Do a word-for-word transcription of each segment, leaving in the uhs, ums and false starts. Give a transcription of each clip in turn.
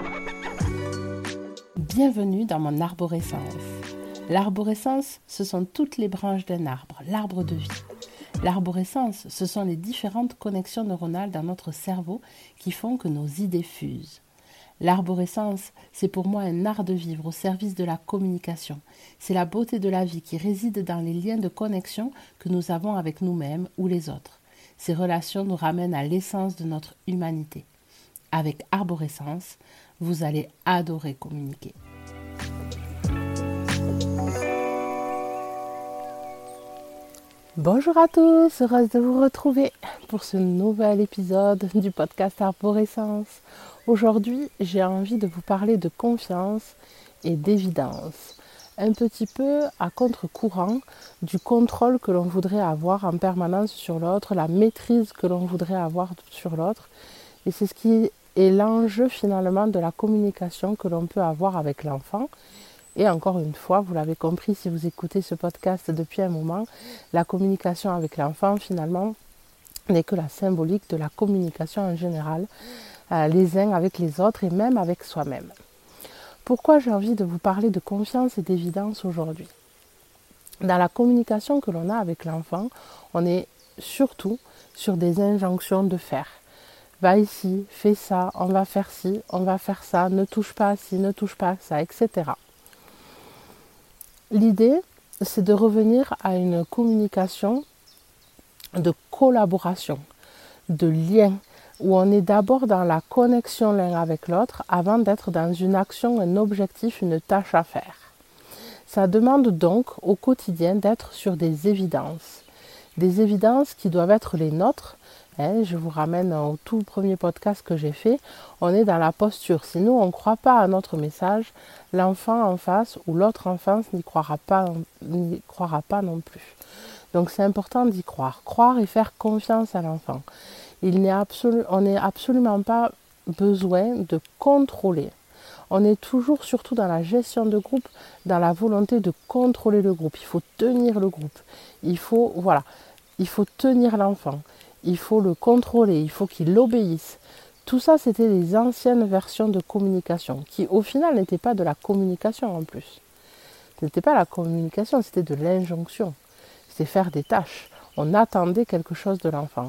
Bienvenue dans mon arborescence. L'arborescence, ce sont toutes les branches d'un arbre, l'arbre de vie. L'arborescence, ce sont les différentes connexions neuronales dans notre cerveau qui font que nos idées fusent. L'arborescence, c'est pour moi un art de vivre au service de la communication. C'est la beauté de la vie qui réside dans les liens de connexion que nous avons avec nous-mêmes ou les autres. Ces relations nous ramènent à l'essence de notre humanité. Avec Arborescence, vous allez adorer communiquer. Bonjour à tous, heureuse de vous retrouver pour ce nouvel épisode du podcast Arborescence. Aujourd'hui, j'ai envie de vous parler de confiance et d'évidence. Un petit peu à contre-courant du contrôle que l'on voudrait avoir en permanence sur l'autre, la maîtrise que l'on voudrait avoir sur l'autre. Et c'est ce qui est l'enjeu finalement de la communication que l'on peut avoir avec l'enfant. Et encore une fois, vous l'avez compris si vous écoutez ce podcast depuis un moment, la communication avec l'enfant finalement n'est que la symbolique de la communication en général, euh, les uns avec les autres et même avec soi-même. Pourquoi j'ai envie de vous parler de confiance et d'évidence aujourd'hui ? Dans la communication que l'on a avec l'enfant, on est surtout sur des injonctions de faire. Va ici, fais ça, on va faire ci, on va faire ça, ne touche pas à ci, ne touche pas à ça, et cetera. L'idée, c'est de revenir à une communication de collaboration, de lien, où on est d'abord dans la connexion l'un avec l'autre avant d'être dans une action, un objectif, une tâche à faire. Ça demande donc au quotidien d'être sur des évidences, des évidences qui doivent être les nôtres. Hein, je vous ramène au tout premier podcast que j'ai fait, on est dans la posture. Si nous, on ne croit pas à notre message, l'enfant en face ou l'autre enfant n'y croira pas, n'y croira pas non plus. Donc c'est important d'y croire. Croire et faire confiance à l'enfant. Il n'est absolu, on n'est absolument pas besoin de contrôler. On est toujours, surtout dans la gestion de groupe, dans la volonté de contrôler le groupe. Il faut tenir le groupe. Il faut, voilà, il faut tenir l'enfant. Il faut le contrôler, il faut qu'il obéisse. Tout ça, c'était les anciennes versions de communication, qui au final n'étaient pas de la communication en plus. Ce n'était pas la communication, c'était de l'injonction. C'était faire des tâches. On attendait quelque chose de l'enfant.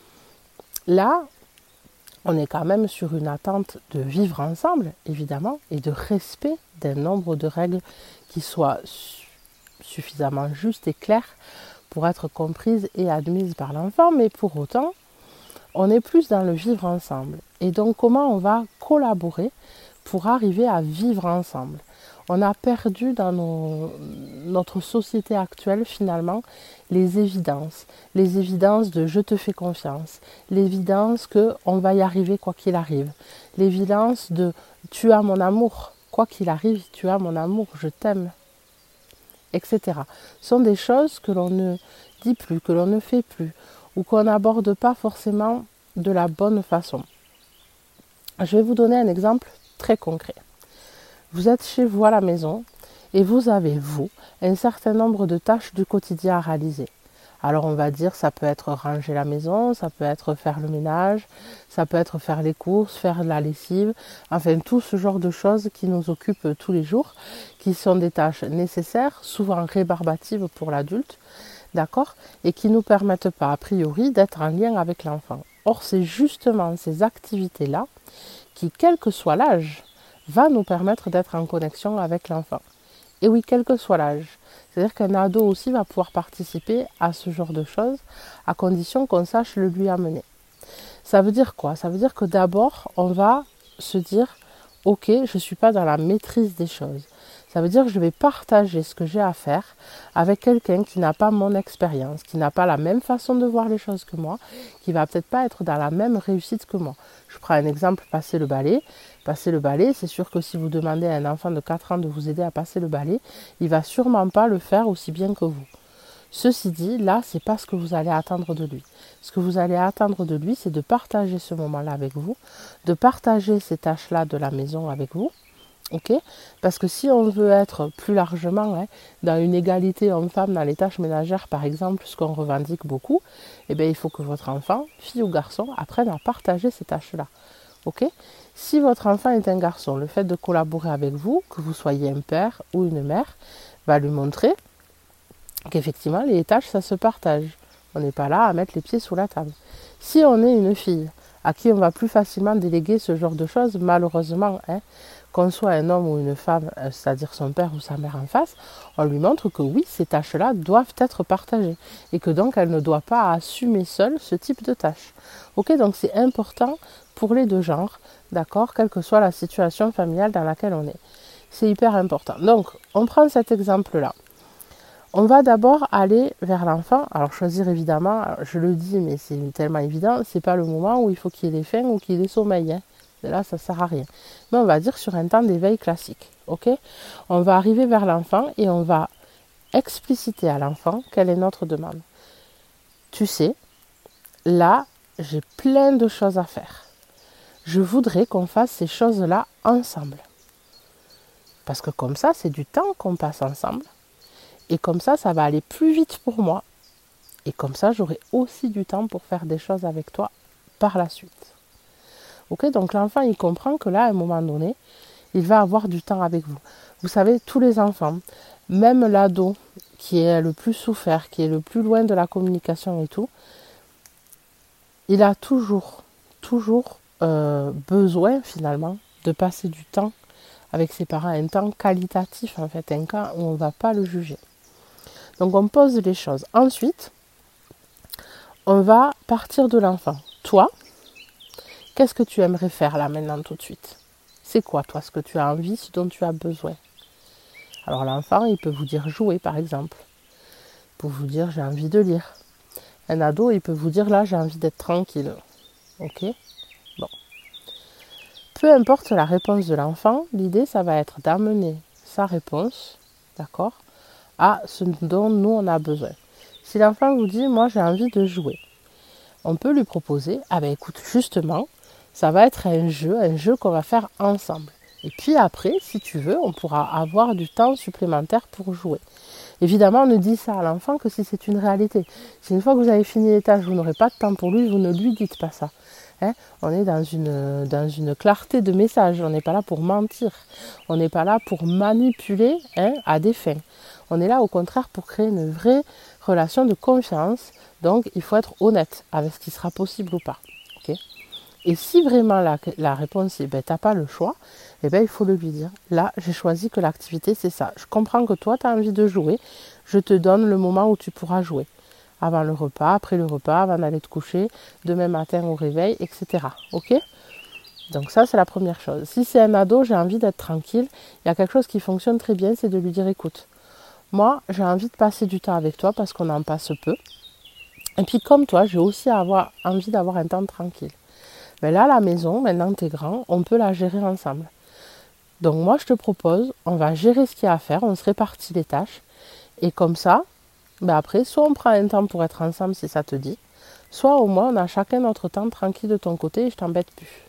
Là, on est quand même sur une attente de vivre ensemble, évidemment, et de respect d'un nombre de règles qui soient suffisamment justes et claires pour être comprise et admise par l'enfant, mais pour autant, on est plus dans le vivre ensemble. Et donc, comment on va collaborer pour arriver à vivre ensemble ? On a perdu dans nos, notre société actuelle, finalement, les évidences. Les évidences de « je te fais confiance », l'évidence qu'on va y arriver quoi qu'il arrive, l'évidence de « tu as mon amour », quoi qu'il arrive, tu as mon amour, je t'aime, et cetera. Ce sont des choses que l'on ne dit plus, que l'on ne fait plus, ou qu'on n'aborde pas forcément de la bonne façon. Je vais vous donner un exemple très concret. Vous êtes chez vous à la maison et vous avez, vous, un certain nombre de tâches du quotidien à réaliser. Alors on va dire, ça peut être ranger la maison, ça peut être faire le ménage, ça peut être faire les courses, faire la lessive, enfin tout ce genre de choses qui nous occupent tous les jours, qui sont des tâches nécessaires, souvent rébarbatives pour l'adulte, d'accord, et qui ne nous permettent pas, a priori, d'être en lien avec l'enfant. Or, c'est justement ces activités-là qui, quel que soit l'âge, va nous permettre d'être en connexion avec l'enfant. Et oui, quel que soit l'âge. C'est-à-dire qu'un ado aussi va pouvoir participer à ce genre de choses, à condition qu'on sache le lui amener. Ça veut dire quoi ? Ça veut dire que d'abord, on va se dire « Ok, je ne suis pas dans la maîtrise des choses ». Ça veut dire que je vais partager ce que j'ai à faire avec quelqu'un qui n'a pas mon expérience, qui n'a pas la même façon de voir les choses que moi, qui va peut-être pas être dans la même réussite que moi. Je prends un exemple, passer le balai. Passer le balai, c'est sûr que si vous demandez à un enfant de quatre ans de vous aider à passer le balai, il ne va sûrement pas le faire aussi bien que vous. Ceci dit, là, ce n'est pas ce que vous allez attendre de lui. Ce que vous allez attendre de lui, c'est de partager ce moment-là avec vous, de partager ces tâches-là de la maison avec vous, ok ? Parce que si on veut être plus largement hein, dans une égalité homme-femme dans les tâches ménagères, par exemple, ce qu'on revendique beaucoup, eh bien, il faut que votre enfant, fille ou garçon, apprenne à partager ces tâches-là. Ok ? Si votre enfant est un garçon, le fait de collaborer avec vous, que vous soyez un père ou une mère, va lui montrer qu'effectivement, les tâches, ça se partage. On n'est pas là à mettre les pieds sous la table. Si on est une fille à qui on va plus facilement déléguer ce genre de choses, malheureusement, hein, qu'on soit un homme ou une femme, c'est-à-dire son père ou sa mère en face, on lui montre que oui, ces tâches-là doivent être partagées et que donc elle ne doit pas assumer seule ce type de tâches. Ok, donc c'est important pour les deux genres, d'accord, quelle que soit la situation familiale dans laquelle on est. C'est hyper important. Donc, on prend cet exemple-là. On va d'abord aller vers l'enfant. Alors choisir évidemment, je le dis, mais c'est tellement évident, c'est pas le moment où il faut qu'il ait faim ou qu'il ait sommeil. Hein. Là, ça sert à rien. Mais on va dire sur un temps d'éveil classique. Ok ? On va arriver vers l'enfant et on va expliciter à l'enfant quelle est notre demande. Tu sais, là, j'ai plein de choses à faire. Je voudrais qu'on fasse ces choses-là ensemble. Parce que comme ça, c'est du temps qu'on passe ensemble. Et comme ça, ça va aller plus vite pour moi. Et comme ça, j'aurai aussi du temps pour faire des choses avec toi par la suite. Ok, donc l'enfant, il comprend que là, à un moment donné, il va avoir du temps avec vous. Vous savez, tous les enfants, même l'ado qui est le plus souffert, qui est le plus loin de la communication et tout, il a toujours, toujours euh, besoin finalement de passer du temps avec ses parents, un temps qualitatif en fait, un temps où on ne va pas le juger. Donc on pose les choses. Ensuite, on va partir de l'enfant. Toi, qu'est-ce que tu aimerais faire là maintenant tout de suite ? C'est quoi toi ce que tu as envie, ce dont tu as besoin ? Alors l'enfant, il peut vous dire jouer par exemple. Il peut vous dire j'ai envie de lire. Un ado, il peut vous dire là j'ai envie d'être tranquille. Ok ? Bon. Peu importe la réponse de l'enfant, l'idée ça va être d'amener sa réponse, d'accord, à ce dont nous on a besoin. Si l'enfant vous dit moi j'ai envie de jouer, on peut lui proposer, ah ben écoute justement, ça va être un jeu, un jeu qu'on va faire ensemble. Et puis après, si tu veux, on pourra avoir du temps supplémentaire pour jouer. Évidemment, on ne dit ça à l'enfant que si c'est une réalité. Si une fois que vous avez fini les tâches, vous n'aurez pas de temps pour lui, vous ne lui dites pas ça. Hein, on est dans une, dans une clarté de message, on n'est pas là pour mentir, on n'est pas là pour manipuler hein, à des fins. On est là au contraire pour créer une vraie relation de confiance, donc il faut être honnête avec ce qui sera possible ou pas. Okay ? Et si vraiment la, la réponse est ben, t'as pas le choix, eh ben, il faut le lui dire. Là, j'ai choisi que l'activité c'est ça. Je comprends que toi tu as envie de jouer, je te donne le moment où tu pourras jouer. Avant le repas, après le repas, avant d'aller te coucher, demain matin au réveil, et cetera. Ok ? Donc ça, c'est la première chose. Si c'est un ado, j'ai envie d'être tranquille, il y a quelque chose qui fonctionne très bien, c'est de lui dire, écoute, moi, j'ai envie de passer du temps avec toi parce qu'on en passe peu. Et puis comme toi, j'ai aussi avoir, envie d'avoir un temps tranquille. Mais là, la maison, maintenant que tu es grand, on peut la gérer ensemble. Donc moi, je te propose, on va gérer ce qu'il y a à faire, on se répartit les tâches. Et comme ça, ben après, soit on prend un temps pour être ensemble si ça te dit, soit au moins on a chacun notre temps tranquille de ton côté et je t'embête plus.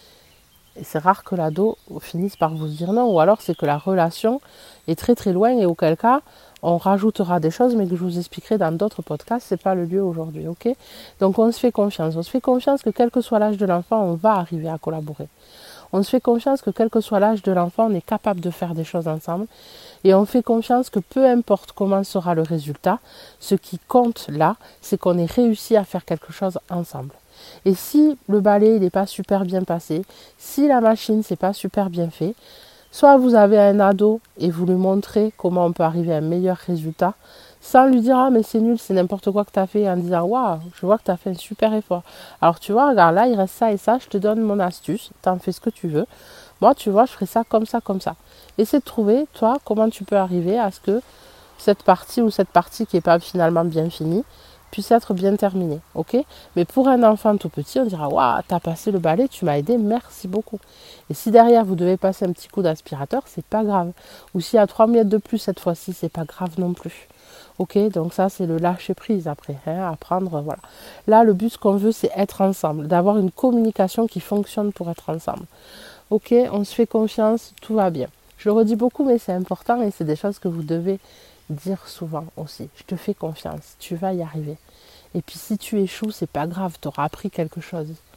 Et c'est rare que l'ado finisse par vous dire non, ou alors c'est que la relation est très très loin et auquel cas on rajoutera des choses mais que je vous expliquerai dans d'autres podcasts, c'est pas le lieu aujourd'hui, ok ? Donc on se fait confiance, on se fait confiance que quel que soit l'âge de l'enfant, on va arriver à collaborer. On se fait confiance que quel que soit l'âge de l'enfant, on est capable de faire des choses ensemble. Et on fait confiance que peu importe comment sera le résultat, ce qui compte là, c'est qu'on ait réussi à faire quelque chose ensemble. Et si le balai n'est pas super bien passé, si la machine c'est pas super bien fait, soit vous avez un ado et vous lui montrez comment on peut arriver à un meilleur résultat, sans lui dire ah mais c'est nul, c'est n'importe quoi que tu as fait, en disant waouh, je vois que tu as fait un super effort. Alors tu vois, regarde là, il reste ça et ça, je te donne mon astuce, t'en fais ce que tu veux. Moi, tu vois, je ferai ça comme ça, comme ça. Essaie de trouver, toi, comment tu peux arriver à ce que cette partie ou cette partie qui n'est pas finalement bien finie puisse être bien terminée, ok ? Mais pour un enfant tout petit, on dira waouh, t'as passé le balai, tu m'as aidé, merci beaucoup. Et si derrière vous devez passer un petit coup d'aspirateur, c'est pas grave. Ou s'il y a trois miettes de plus cette fois-ci, c'est pas grave non plus. Ok, donc ça c'est le lâcher prise après, hein, apprendre, voilà. Là, le but, ce qu'on veut, c'est être ensemble, d'avoir une communication qui fonctionne pour être ensemble. Ok, on se fait confiance, tout va bien. Je le redis beaucoup, mais c'est important et c'est des choses que vous devez dire souvent aussi. Je te fais confiance, tu vas y arriver. Et puis si tu échoues, c'est pas grave, tu auras appris quelque chose.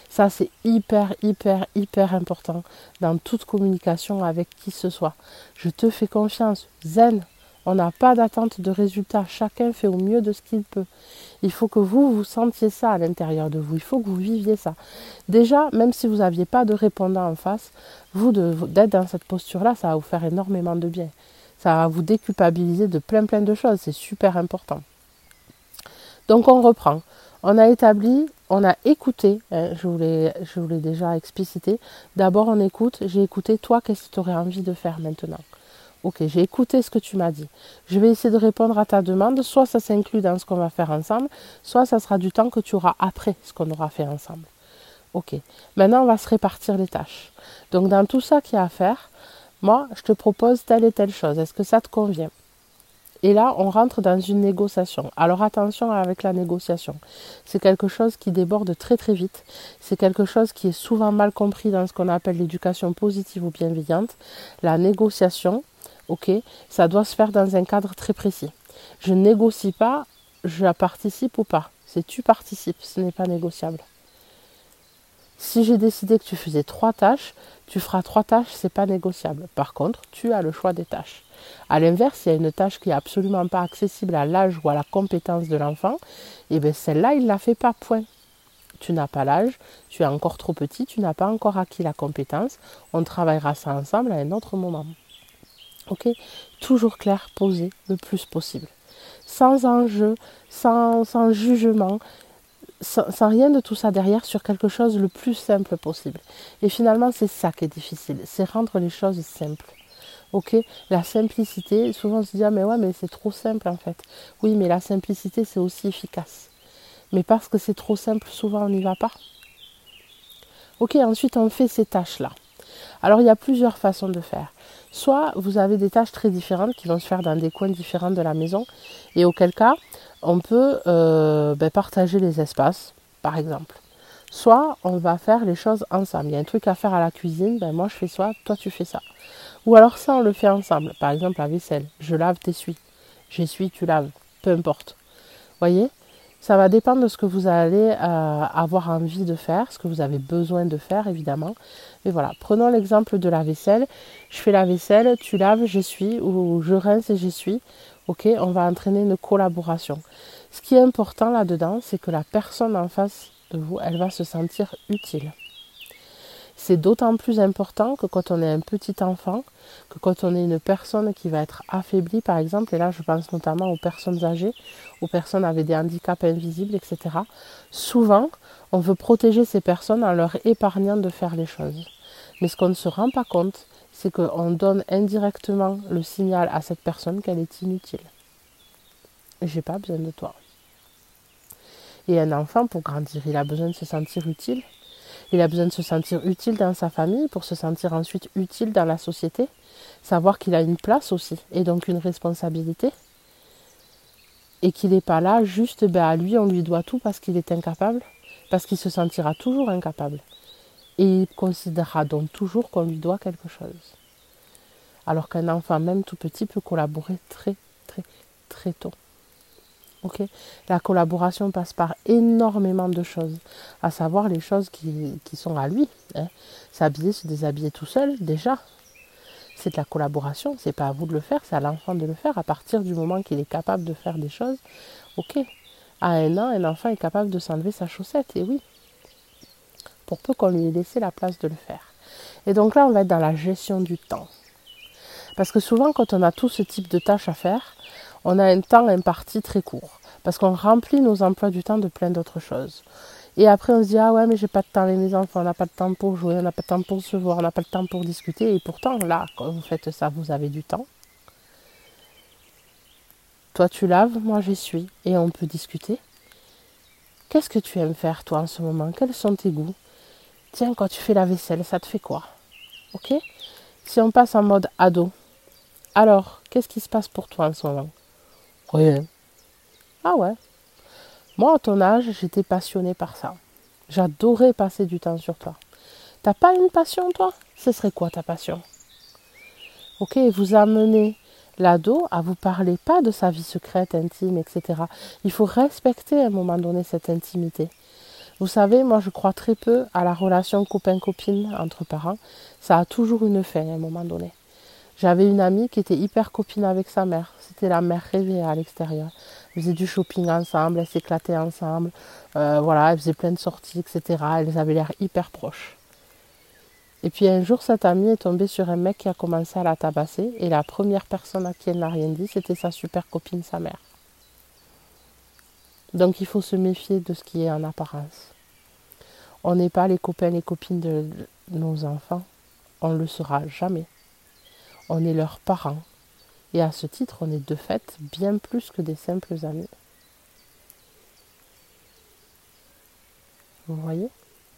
Ça, c'est hyper, hyper, hyper important dans toute communication avec qui que ce soit. Je te fais confiance, zen. On n'a pas d'attente de résultat. Chacun fait au mieux de ce qu'il peut. Il faut que vous, vous sentiez ça à l'intérieur de vous. Il faut que vous viviez ça. Déjà, même si vous n'aviez pas de répondant en face, vous, de, d'être dans cette posture-là, ça va vous faire énormément de bien. Ça va vous déculpabiliser de plein, plein de choses. C'est super important. Donc, on reprend. On a établi, on a écouté, hein, je vous l'ai, je vous l'ai déjà explicité. D'abord, on écoute. J'ai écouté, toi, qu'est-ce que tu aurais envie de faire maintenant ? Ok, j'ai écouté ce que tu m'as dit. Je vais essayer de répondre à ta demande. Soit ça s'inclut dans ce qu'on va faire ensemble, soit ça sera du temps que tu auras après ce qu'on aura fait ensemble. Ok, maintenant on va se répartir les tâches. Donc dans tout ça qu'il y a à faire, moi je te propose telle et telle chose. Est-ce que ça te convient ? Et là, on rentre dans une négociation. Alors attention avec la négociation. C'est quelque chose qui déborde très très vite. C'est quelque chose qui est souvent mal compris dans ce qu'on appelle l'éducation positive ou bienveillante. La négociation, ok, ça doit se faire dans un cadre très précis. Je ne négocie pas, je participe ou pas. C'est tu participes, ce n'est pas négociable. Si j'ai décidé que tu faisais trois tâches, tu feras trois tâches, c'est pas négociable. Par contre, tu as le choix des tâches. À l'inverse, il y a une tâche qui est absolument pas accessible à l'âge ou à la compétence de l'enfant, et bien celle-là, il ne la fait pas, point. Tu n'as pas l'âge, tu es encore trop petit, tu n'as pas encore acquis la compétence, on travaillera ça ensemble à un autre moment. Ok ? Toujours clair, posé le plus possible. Sans enjeu, sans, sans jugement, sans, sans rien de tout ça derrière, sur quelque chose le plus simple possible. Et finalement, c'est ça qui est difficile, c'est rendre les choses simples. Ok, la simplicité, souvent on se dit ah mais ouais mais c'est trop simple en fait. Oui mais la simplicité c'est aussi efficace. Mais parce que c'est trop simple, souvent on n'y va pas. Ok, ensuite on fait ces tâches-là. Alors il y a plusieurs façons de faire. Soit vous avez des tâches très différentes qui vont se faire dans des coins différents de la maison, et auquel cas on peut euh, ben, partager les espaces, par exemple. Soit on va faire les choses ensemble. Il y a un truc à faire à la cuisine, ben moi je fais ça, toi tu fais ça. Ou alors ça, on le fait ensemble. Par exemple, la vaisselle. Je lave, t'essuies. J'essuie, tu laves. Peu importe. Voyez ? Ça va dépendre de ce que vous allez euh, avoir envie de faire, ce que vous avez besoin de faire, évidemment. Mais voilà, prenons l'exemple de la vaisselle. Je fais la vaisselle, tu laves, j'essuie, ou je rince et j'essuie. Ok, on va entraîner une collaboration. Ce qui est important là-dedans, c'est que la personne en face de vous, elle va se sentir utile. C'est d'autant plus important que quand on est un petit enfant, que quand on est une personne qui va être affaiblie par exemple, et là je pense notamment aux personnes âgées, aux personnes avec des handicaps invisibles, et cetera. Souvent, on veut protéger ces personnes en leur épargnant de faire les choses. Mais ce qu'on ne se rend pas compte, c'est qu'on donne indirectement le signal à cette personne qu'elle est inutile. J'ai pas besoin de toi. Et un enfant, pour grandir, il a besoin de se sentir utile. Il a besoin de se sentir utile dans sa famille pour se sentir ensuite utile dans la société. Savoir qu'il a une place aussi et donc une responsabilité. Et qu'il n'est pas là juste ben, à lui, on lui doit tout parce qu'il est incapable. Parce qu'il se sentira toujours incapable. Et il considérera donc toujours qu'on lui doit quelque chose. Alors qu'un enfant, même tout petit, peut collaborer très, très, très tôt. Okay. La collaboration passe par énormément de choses, à savoir les choses qui, qui sont à lui. Hein. S'habiller, se déshabiller tout seul, déjà, c'est de la collaboration. C'est pas à vous de le faire, c'est à l'enfant de le faire. À partir du moment qu'il est capable de faire des choses, ok. À un an, un enfant est capable de s'enlever sa chaussette, et oui, pour peu qu'on lui ait laissé la place de le faire. Et donc là, on va être dans la gestion du temps. Parce que souvent, quand on a tout ce type de tâches à faire, on a un temps imparti très court. Parce qu'on remplit nos emplois du temps de plein d'autres choses. Et après, on se dit, ah ouais, mais j'ai pas de temps avec mes enfants, on n'a pas de temps pour jouer, on n'a pas de temps pour se voir, on n'a pas de temps pour discuter. Et pourtant, là, quand vous faites ça, vous avez du temps. Toi, tu laves, moi, j'essuie. Et on peut discuter. Qu'est-ce que tu aimes faire, toi, en ce moment ? Quels sont tes goûts ? Tiens, quand tu fais la vaisselle, ça te fait quoi ? Ok ? Si on passe en mode ado, alors, qu'est-ce qui se passe pour toi en ce moment ? Rien. Ah ouais. Moi, à ton âge, j'étais passionnée par ça. J'adorais passer du temps sur toi. T'as pas une passion, toi ? Ce serait quoi ta passion ? Ok, vous amenez l'ado à vous parler pas de sa vie secrète, intime, et cetera. Il faut respecter à un moment donné cette intimité. Vous savez, moi je crois très peu à la relation copain-copine entre parents. Ça a toujours une fin à un moment donné. J'avais une amie qui était hyper copine avec sa mère. C'était la mère rêvée à l'extérieur. Elles faisaient du shopping ensemble, elles s'éclataient ensemble. Euh, voilà, elles faisaient plein de sorties, et cetera. Elles avaient l'air hyper proches. Et puis un jour, cette amie est tombée sur un mec qui a commencé à la tabasser. Et la première personne à qui elle n'a rien dit, c'était sa super copine, sa mère. Donc il faut se méfier de ce qui est en apparence. On n'est pas les copains et les copines de nos enfants. On ne le sera jamais. On est leurs parents. Et à ce titre, on est de fait bien plus que des simples amis. Vous voyez?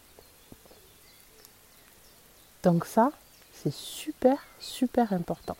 Donc ça, c'est super, super important.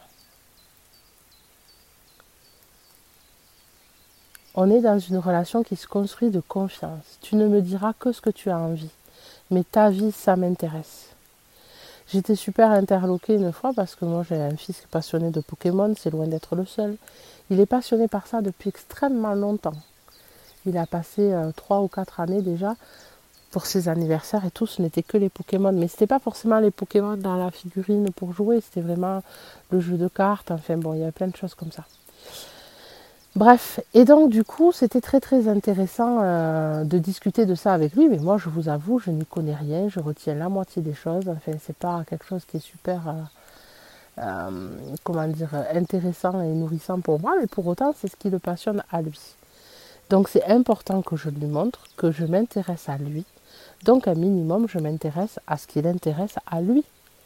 On est dans une relation qui se construit de confiance. Tu ne me diras que ce que tu as envie. Mais ta vie, ça m'intéresse. J'étais super interloquée une fois parce que moi j'ai un fils passionné de Pokémon, c'est loin d'être le seul. Il est passionné par ça depuis extrêmement longtemps. Il a passé euh, trois ou quatre années déjà pour ses anniversaires et tout, ce n'était que les Pokémon. Mais c'était pas forcément les Pokémon dans la figurine pour jouer, c'était vraiment le jeu de cartes, enfin bon, il y a plein de choses comme ça. Bref, et donc du coup, c'était très très intéressant euh, de discuter de ça avec lui, mais moi je vous avoue, je n'y connais rien, je retiens la moitié des choses, enfin c'est pas quelque chose qui est super, euh, euh, comment dire, intéressant et nourrissant pour moi, mais pour autant c'est ce qui le passionne à lui. Donc c'est important que je lui montre que je m'intéresse à lui, donc un minimum je m'intéresse à ce qui l'intéresse à lui.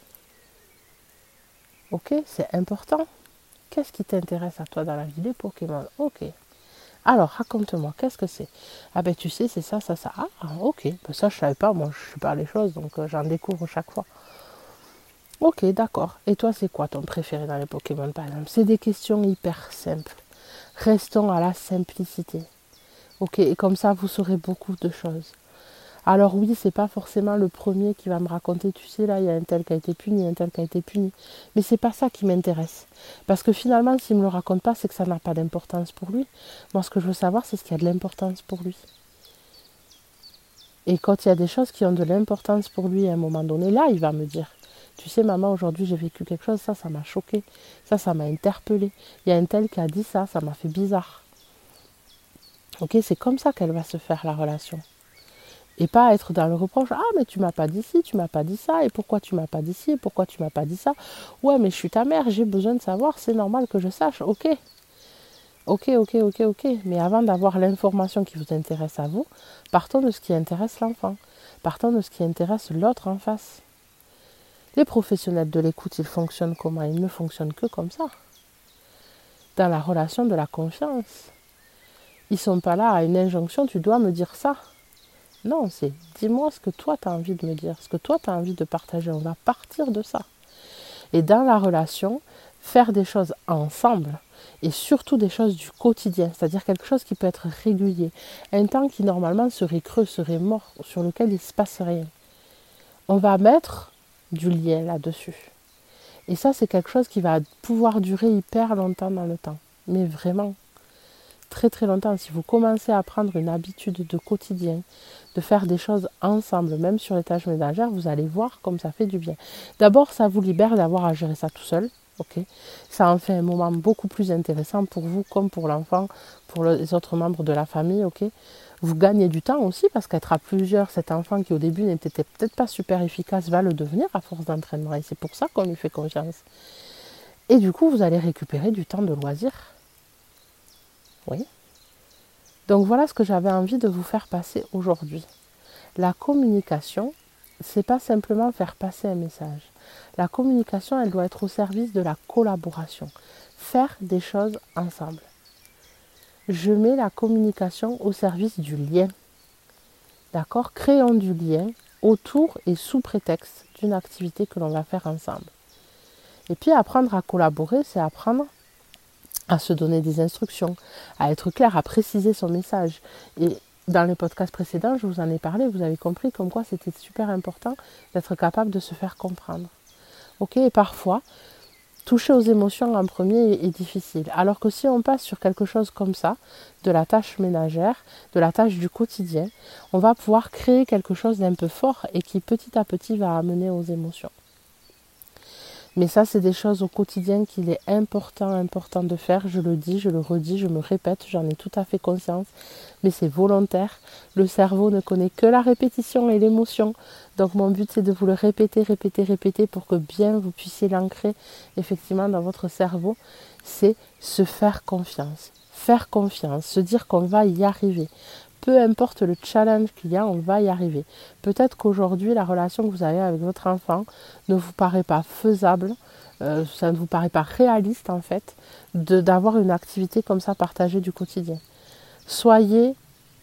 Ok, c'est important. Qu'est-ce qui t'intéresse à toi dans la vie des Pokémon? Ok. Alors, raconte-moi, qu'est-ce que c'est? Ah ben tu sais, c'est ça, ça, ça. Ah, ok. Ben, ça, je savais pas, moi, je sais pas les choses, donc euh, j'en découvre chaque fois. Ok, d'accord. Et toi, c'est quoi ton préféré dans les Pokémon, par exemple? C'est des questions hyper simples. Restons à la simplicité. Ok, et comme ça, vous saurez beaucoup de choses. Alors oui, c'est pas forcément le premier qui va me raconter, tu sais, là, il y a un tel qui a été puni, un tel qui a été puni. Mais c'est pas ça qui m'intéresse. Parce que finalement, s'il me le raconte pas, c'est que ça n'a pas d'importance pour lui. Moi, ce que je veux savoir, c'est ce qui a de l'importance pour lui. Et quand il y a des choses qui ont de l'importance pour lui à un moment donné, là, il va me dire, tu sais, maman, aujourd'hui, j'ai vécu quelque chose, ça, ça m'a choqué. Ça, ça m'a interpellé. Il y a un tel qui a dit ça, ça m'a fait bizarre. Ok, c'est comme ça qu'elle va se faire la relation. Et pas être dans le reproche, ah mais tu m'as pas dit ci, tu m'as pas dit ça, et pourquoi tu m'as pas dit ci, et pourquoi tu m'as pas dit ça. Ouais mais je suis ta mère, j'ai besoin de savoir, c'est normal que je sache, ok. Ok, ok, ok, ok. Mais avant d'avoir l'information qui vous intéresse à vous, partons de ce qui intéresse l'enfant. Partons de ce qui intéresse l'autre en face. Les professionnels de l'écoute, ils fonctionnent comment? Ils ne fonctionnent que comme ça. Dans la relation de la confiance. Ils sont pas là à une injonction, tu dois me dire ça. Non, c'est dis-moi ce que toi tu as envie de me dire, ce que toi tu as envie de partager. On va partir de ça. Et dans la relation, faire des choses ensemble et surtout des choses du quotidien, c'est-à-dire quelque chose qui peut être régulier. Un temps qui normalement serait creux, serait mort, sur lequel il ne se passe rien. On va mettre du lien là-dessus. Et ça, c'est quelque chose qui va pouvoir durer hyper longtemps dans le temps. Mais vraiment, très très longtemps. Si vous commencez à prendre une habitude de quotidien, de faire des choses ensemble, même sur les tâches ménagères, vous allez voir comme ça fait du bien. D'abord, ça vous libère d'avoir à gérer ça tout seul. Okay. Ça en fait un moment beaucoup plus intéressant pour vous comme pour l'enfant, pour les autres membres de la famille. Okay. Vous gagnez du temps aussi parce qu'être à plusieurs, cet enfant qui au début n'était peut-être pas super efficace va le devenir à force d'entraînement. Et c'est pour ça qu'on lui fait confiance. Et du coup, vous allez récupérer du temps de loisir. Oui. Donc voilà ce que j'avais envie de vous faire passer aujourd'hui. La communication, c'est pas simplement faire passer un message. La communication, elle doit être au service de la collaboration. Faire des choses ensemble. Je mets la communication au service du lien. D'accord? Créons du lien autour et sous prétexte d'une activité que l'on va faire ensemble. Et puis apprendre à collaborer, c'est apprendre à se donner des instructions, à être clair, à préciser son message. Et dans les podcasts précédents, je vous en ai parlé, vous avez compris comme quoi c'était super important d'être capable de se faire comprendre. Ok, et parfois, toucher aux émotions en premier est, est difficile. Alors que si on passe sur quelque chose comme ça, de la tâche ménagère, de la tâche du quotidien, on va pouvoir créer quelque chose d'un peu fort et qui petit à petit va amener aux émotions. Mais ça, c'est des choses au quotidien qu'il est important, important de faire. Je le dis, je le redis, je me répète, j'en ai tout à fait conscience. Mais c'est volontaire. Le cerveau ne connaît que la répétition et l'émotion. Donc mon but, c'est de vous le répéter, répéter, répéter pour que bien vous puissiez l'ancrer effectivement dans votre cerveau. C'est se faire confiance. Faire confiance, se dire qu'on va y arriver. Peu importe le challenge qu'il y a, on va y arriver. Peut-être qu'aujourd'hui, la relation que vous avez avec votre enfant ne vous paraît pas faisable, euh, ça ne vous paraît pas réaliste en fait, de, d'avoir une activité comme ça partagée du quotidien. Soyez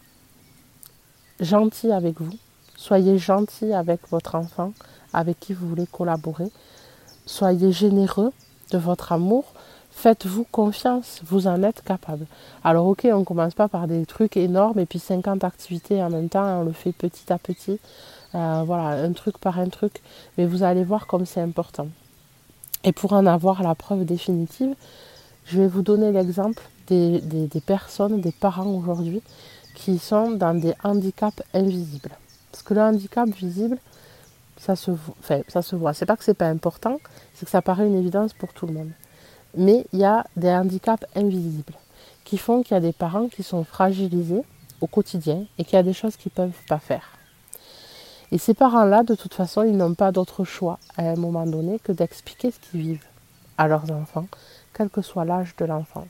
gentil avec vous, soyez gentil avec votre enfant, avec qui vous voulez collaborer. Soyez généreux de votre amour. Faites-vous confiance, vous en êtes capable. Alors ok, on ne commence pas par des trucs énormes et puis cinquante activités en même temps, on le fait petit à petit, euh, voilà, un truc par un truc, mais vous allez voir comme c'est important. Et pour en avoir la preuve définitive, je vais vous donner l'exemple des, des, des personnes, des parents aujourd'hui qui sont dans des handicaps invisibles. Parce que le handicap visible, ça se, enfin, ça se voit. C'est pas que c'est pas important, c'est que ça paraît une évidence pour tout le monde. Mais il y a des handicaps invisibles qui font qu'il y a des parents qui sont fragilisés au quotidien et qu'il y a des choses qu'ils ne peuvent pas faire. Et ces parents-là, de toute façon, ils n'ont pas d'autre choix à un moment donné que d'expliquer ce qu'ils vivent à leurs enfants, quel que soit l'âge de l'enfant.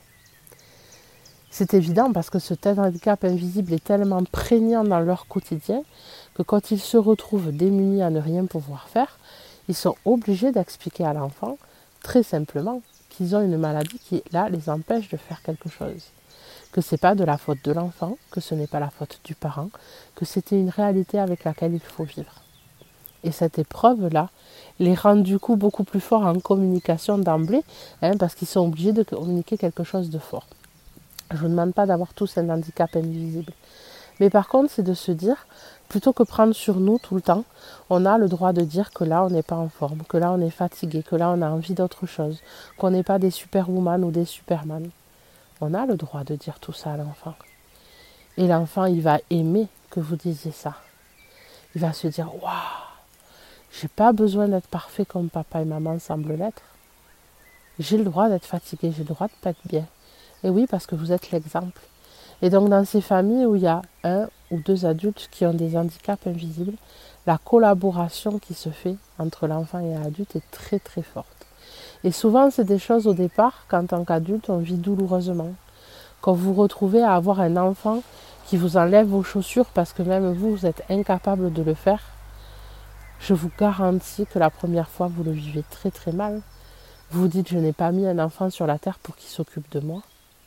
C'est évident parce que ce handicap invisible est tellement prégnant dans leur quotidien que quand ils se retrouvent démunis à ne rien pouvoir faire, ils sont obligés d'expliquer à l'enfant très simplement qu'ils ont une maladie qui, là, les empêche de faire quelque chose. Que ce n'est pas de la faute de l'enfant, que ce n'est pas la faute du parent, que c'était une réalité avec laquelle il faut vivre. Et cette épreuve-là les rend du coup beaucoup plus forts en communication d'emblée, hein, parce qu'ils sont obligés de communiquer quelque chose de fort. Je ne vous demande pas d'avoir tous un handicap invisible. Mais par contre, c'est de se dire, plutôt que prendre sur nous tout le temps, on a le droit de dire que là, on n'est pas en forme, que là, on est fatigué, que là, on a envie d'autre chose, qu'on n'est pas des superwoman ou des superman. On a le droit de dire tout ça à l'enfant. Et l'enfant, il va aimer que vous disiez ça. Il va se dire, waouh, j'ai pas besoin d'être parfait comme papa et maman semblent l'être. J'ai le droit d'être fatigué, j'ai le droit de pas être bien. Et oui, parce que vous êtes l'exemple. Et donc dans ces familles où il y a un ou deux adultes qui ont des handicaps invisibles, la collaboration qui se fait entre l'enfant et l'adulte est très très forte. Et souvent c'est des choses au départ qu'en tant qu'adulte on vit douloureusement. Quand vous vous retrouvez à avoir un enfant qui vous enlève vos chaussures parce que même vous, vous êtes incapable de le faire, je vous garantis que la première fois vous le vivez très très mal. Vous vous dites, je n'ai pas mis un enfant sur la terre pour qu'il s'occupe de moi.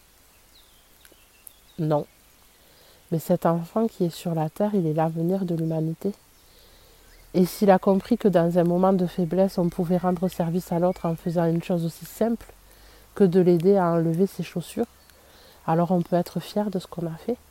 Non. Mais cet enfant qui est sur la terre, il est l'avenir de l'humanité. Et s'il a compris que dans un moment de faiblesse, on pouvait rendre service à l'autre en faisant une chose aussi simple que de l'aider à enlever ses chaussures, alors on peut être fier de ce qu'on a fait.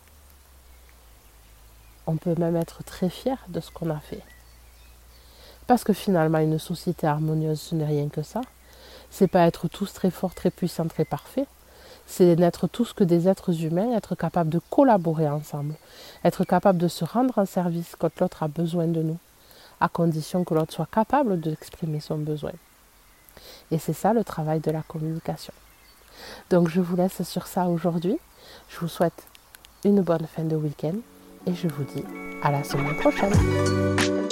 On peut même être très fier de ce qu'on a fait. Parce que finalement, une société harmonieuse, ce n'est rien que ça. C'est pas être tous très forts, très puissants, très parfaits. C'est n'être tous que des êtres humains, être capable de collaborer ensemble, être capable de se rendre un service quand l'autre a besoin de nous, à condition que l'autre soit capable d'exprimer son besoin. Et c'est ça le travail de la communication. Donc je vous laisse sur ça aujourd'hui. Je vous souhaite une bonne fin de week-end et je vous dis à la semaine prochaine.